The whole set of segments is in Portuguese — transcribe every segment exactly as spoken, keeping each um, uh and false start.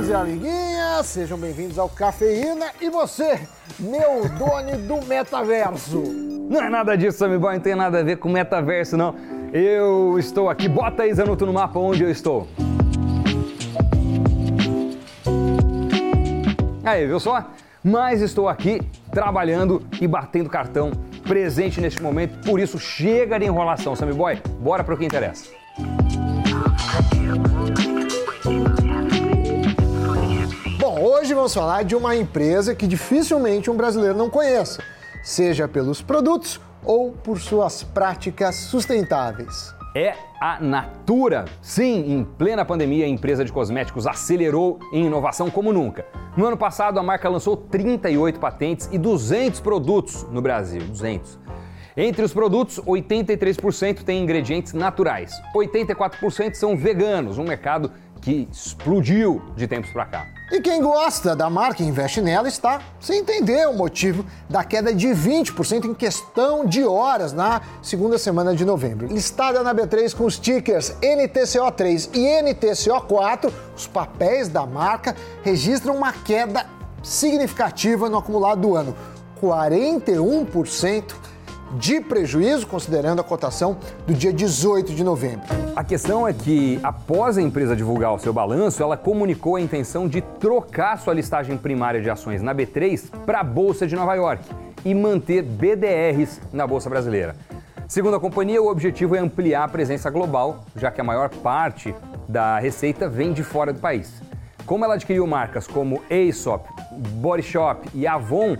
e amiguinhas, sejam bem-vindos ao Cafeína. E você, meu dono do metaverso? Não é nada disso, Sammy Boy, não tem nada a ver com metaverso, não. Eu estou aqui, bota aí, Zanuto, no mapa onde eu estou. Aí, viu só? Mas estou aqui trabalhando e batendo cartão, presente neste momento, por isso chega de enrolação, Sammy Boy, bora para o que interessa. Bom, hoje vamos falar de uma empresa que dificilmente um brasileiro não conheça, seja pelos produtos ou por suas práticas sustentáveis. É a Natura. Sim, em plena pandemia, a empresa de cosméticos acelerou em inovação como nunca. No ano passado, a marca lançou trinta e oito patentes e duzentos produtos no Brasil. duzentos. Entre os produtos, oitenta e três por cento têm ingredientes naturais. oitenta e quatro por cento são veganos, um mercado que explodiu de tempos para cá. E quem gosta da marca e investe nela está sem entender o motivo da queda de vinte por cento em questão de horas na segunda semana de novembro. Listada na B três com os tickers N T C O três e N T C O quatro, os papéis da marca registram uma queda significativa no acumulado do ano, quarenta e um por cento de prejuízo, considerando a cotação do dia dezoito de novembro. A questão é que, após a empresa divulgar o seu balanço, ela comunicou a intenção de trocar sua listagem primária de ações na B três para a Bolsa de Nova York e manter B D Rs na Bolsa Brasileira. Segundo a companhia, o objetivo é ampliar a presença global, já que a maior parte da receita vem de fora do país. Como ela adquiriu marcas como Aesop, Body Shop e Avon,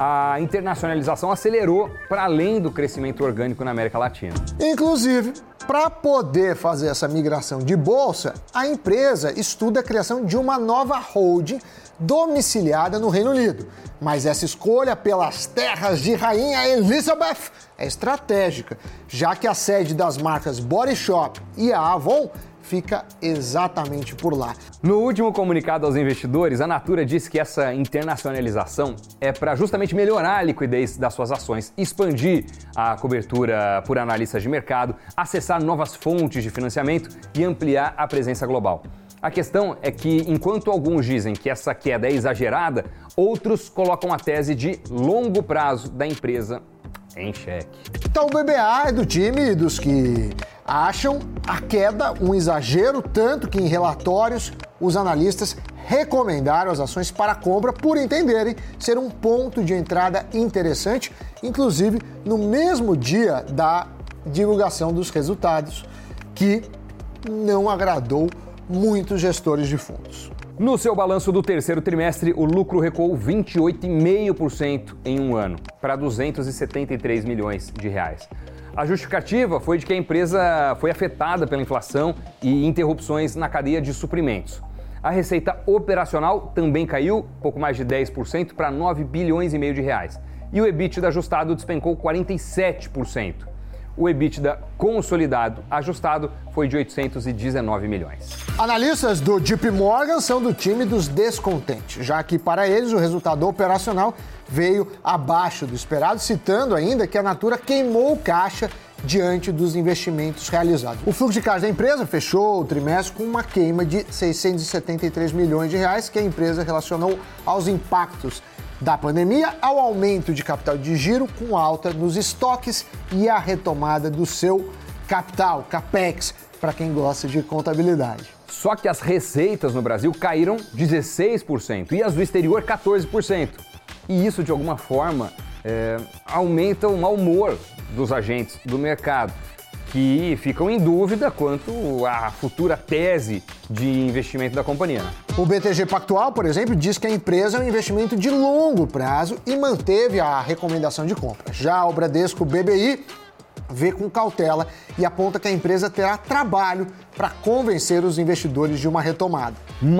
a internacionalização acelerou para além do crescimento orgânico na América Latina. Inclusive, para poder fazer essa migração de bolsa, a empresa estuda a criação de uma nova holding domiciliada no Reino Unido. Mas essa escolha pelas terras de Rainha Elizabeth é estratégica, já que a sede das marcas Body Shop e a Avon fica exatamente por lá. No último comunicado aos investidores, a Natura disse que essa internacionalização é para justamente melhorar a liquidez das suas ações, expandir a cobertura por analistas de mercado, acessar novas fontes de financiamento e ampliar a presença global. A questão é que, enquanto alguns dizem que essa queda é exagerada, outros colocam a tese de longo prazo da empresa em xeque. Então o B B A é do time dos que acham a queda um exagero, tanto que em relatórios os analistas recomendaram as ações para compra por entenderem ser um ponto de entrada interessante, inclusive no mesmo dia da divulgação dos resultados, que não agradou muitos gestores de fundos. No seu balanço do terceiro trimestre, o lucro recuou vinte e oito vírgula cinco por cento em um ano, para duzentos e setenta e três milhões de reais. A justificativa foi de que a empresa foi afetada pela inflação e interrupções na cadeia de suprimentos. A receita operacional também caiu, pouco mais de dez por cento, para nove bilhões e meio de reais. E o EBITDA ajustado despencou quarenta e sete por cento. O EBITDA consolidado ajustado foi de oitocentos e dezenove milhões. Analistas do J P Morgan são do time dos descontentes, já que para eles o resultado operacional veio abaixo do esperado, citando ainda que a Natura queimou caixa diante dos investimentos realizados. O fluxo de caixa da empresa fechou o trimestre com uma queima de seiscentos e setenta e três milhões de reais, que a empresa relacionou aos impactos da pandemia, ao aumento de capital de giro com alta nos estoques e a retomada do seu capital, CAPEX, para quem gosta de contabilidade. Só que as receitas no Brasil caíram dezesseis por cento e as do exterior quatorze por cento. E isso, de alguma forma, é, aumenta o mau humor dos agentes do mercado, que ficam em dúvida quanto à futura tese de investimento da companhia. O B T G Pactual, por exemplo, diz que a empresa é um investimento de longo prazo e manteve a recomendação de compra. Já o Bradesco B B I vê com cautela e aponta que a empresa terá trabalho para convencer os investidores de uma retomada.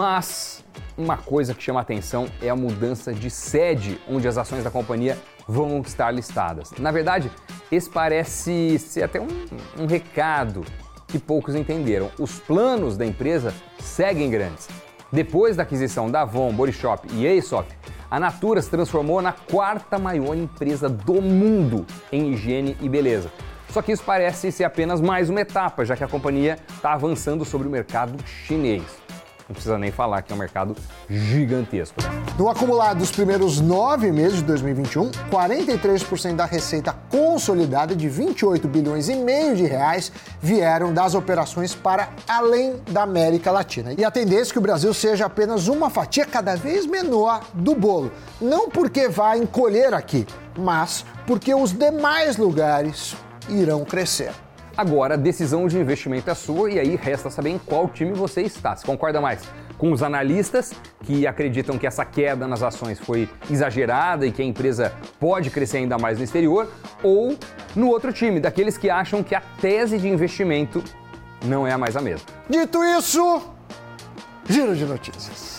Mas uma coisa que chama a atenção é a mudança de sede onde as ações da companhia vão estar listadas. Na verdade, esse parece ser até um, um recado que poucos entenderam. Os planos da empresa seguem grandes. Depois da aquisição da Avon, Body Shop e Aesop, a Natura se transformou na quarta maior empresa do mundo em higiene e beleza. Só que isso parece ser apenas mais uma etapa, já que a companhia está avançando sobre o mercado chinês. não precisa nem falar que é um mercado gigantesco. No acumulado dos primeiros nove meses de dois mil e vinte e um, quarenta e três por cento da receita consolidada de vinte e oito bilhões e meio de reais vieram das operações para além da América Latina. E a tendência é que o Brasil seja apenas uma fatia cada vez menor do bolo. Não porque vai encolher aqui, mas porque os demais lugares irão crescer. Agora, a decisão de investimento é sua e aí resta saber em qual time você está. Você concorda mais com os analistas que acreditam que essa queda nas ações foi exagerada e que a empresa pode crescer ainda mais no exterior, ou no outro time, daqueles que acham que a tese de investimento não é a mais a mesma? Dito isso, giro de notícias.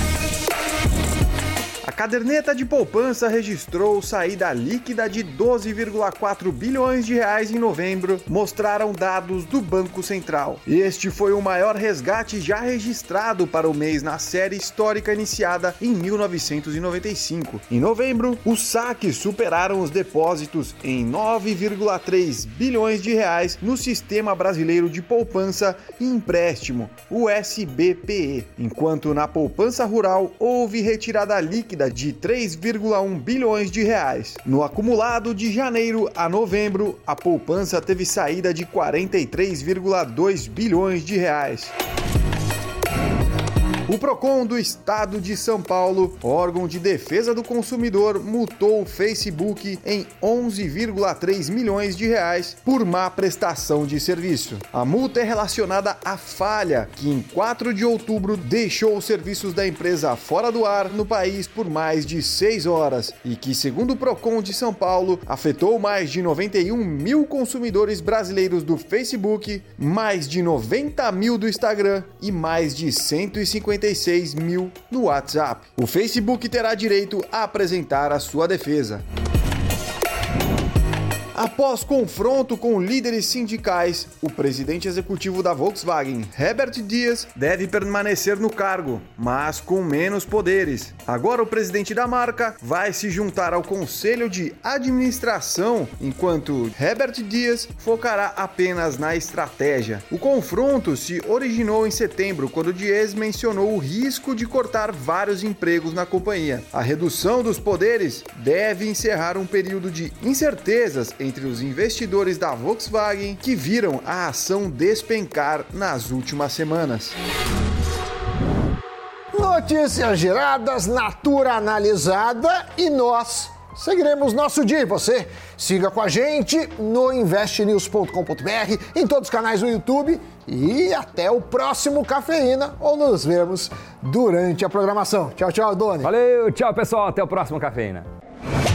A caderneta de poupança registrou saída líquida de doze vírgula quatro bilhões de reais em novembro, mostraram dados do Banco Central. Este foi o maior resgate já registrado para o mês na série histórica iniciada em mil novecentos e noventa e cinco. Em novembro, os saques superaram os depósitos em nove vírgula três bilhões de reais no Sistema Brasileiro de Poupança e Empréstimo, o S B P E, enquanto na poupança rural houve retirada líquida de três vírgula um bilhões de reais. No acumulado de janeiro a novembro, a poupança teve saída de quarenta e três vírgula dois bilhões de reais. O Procon do Estado de São Paulo, órgão de defesa do consumidor, multou o Facebook em onze vírgula três milhões de reais por má prestação de serviço. A multa é relacionada à falha que, em quatro de outubro, deixou os serviços da empresa fora do ar no país por mais de seis horas e que, segundo o Procon de São Paulo, afetou mais de noventa e um mil consumidores brasileiros do Facebook, mais de noventa mil do Instagram e mais de cento e cinquenta e seis mil no WhatsApp. O Facebook terá direito a apresentar a sua defesa. Após confronto com líderes sindicais, o presidente executivo da Volkswagen, Herbert Diess, deve permanecer no cargo, mas com menos poderes. Agora o presidente da marca vai se juntar ao conselho de administração, enquanto Herbert Diess focará apenas na estratégia. O confronto se originou em setembro, quando Diess mencionou o risco de cortar vários empregos na companhia. A redução dos poderes deve encerrar um período de incertezas em entre os investidores da Volkswagen que viram a ação despencar nas últimas semanas. Notícias giradas, Natura analisada e nós seguiremos nosso dia. E você siga com a gente no investe news ponto com ponto b r, em todos os canais do YouTube e até o próximo Cafeína, ou nos vemos durante a programação. Tchau, tchau, Doni. Valeu, tchau pessoal, até o próximo Cafeína.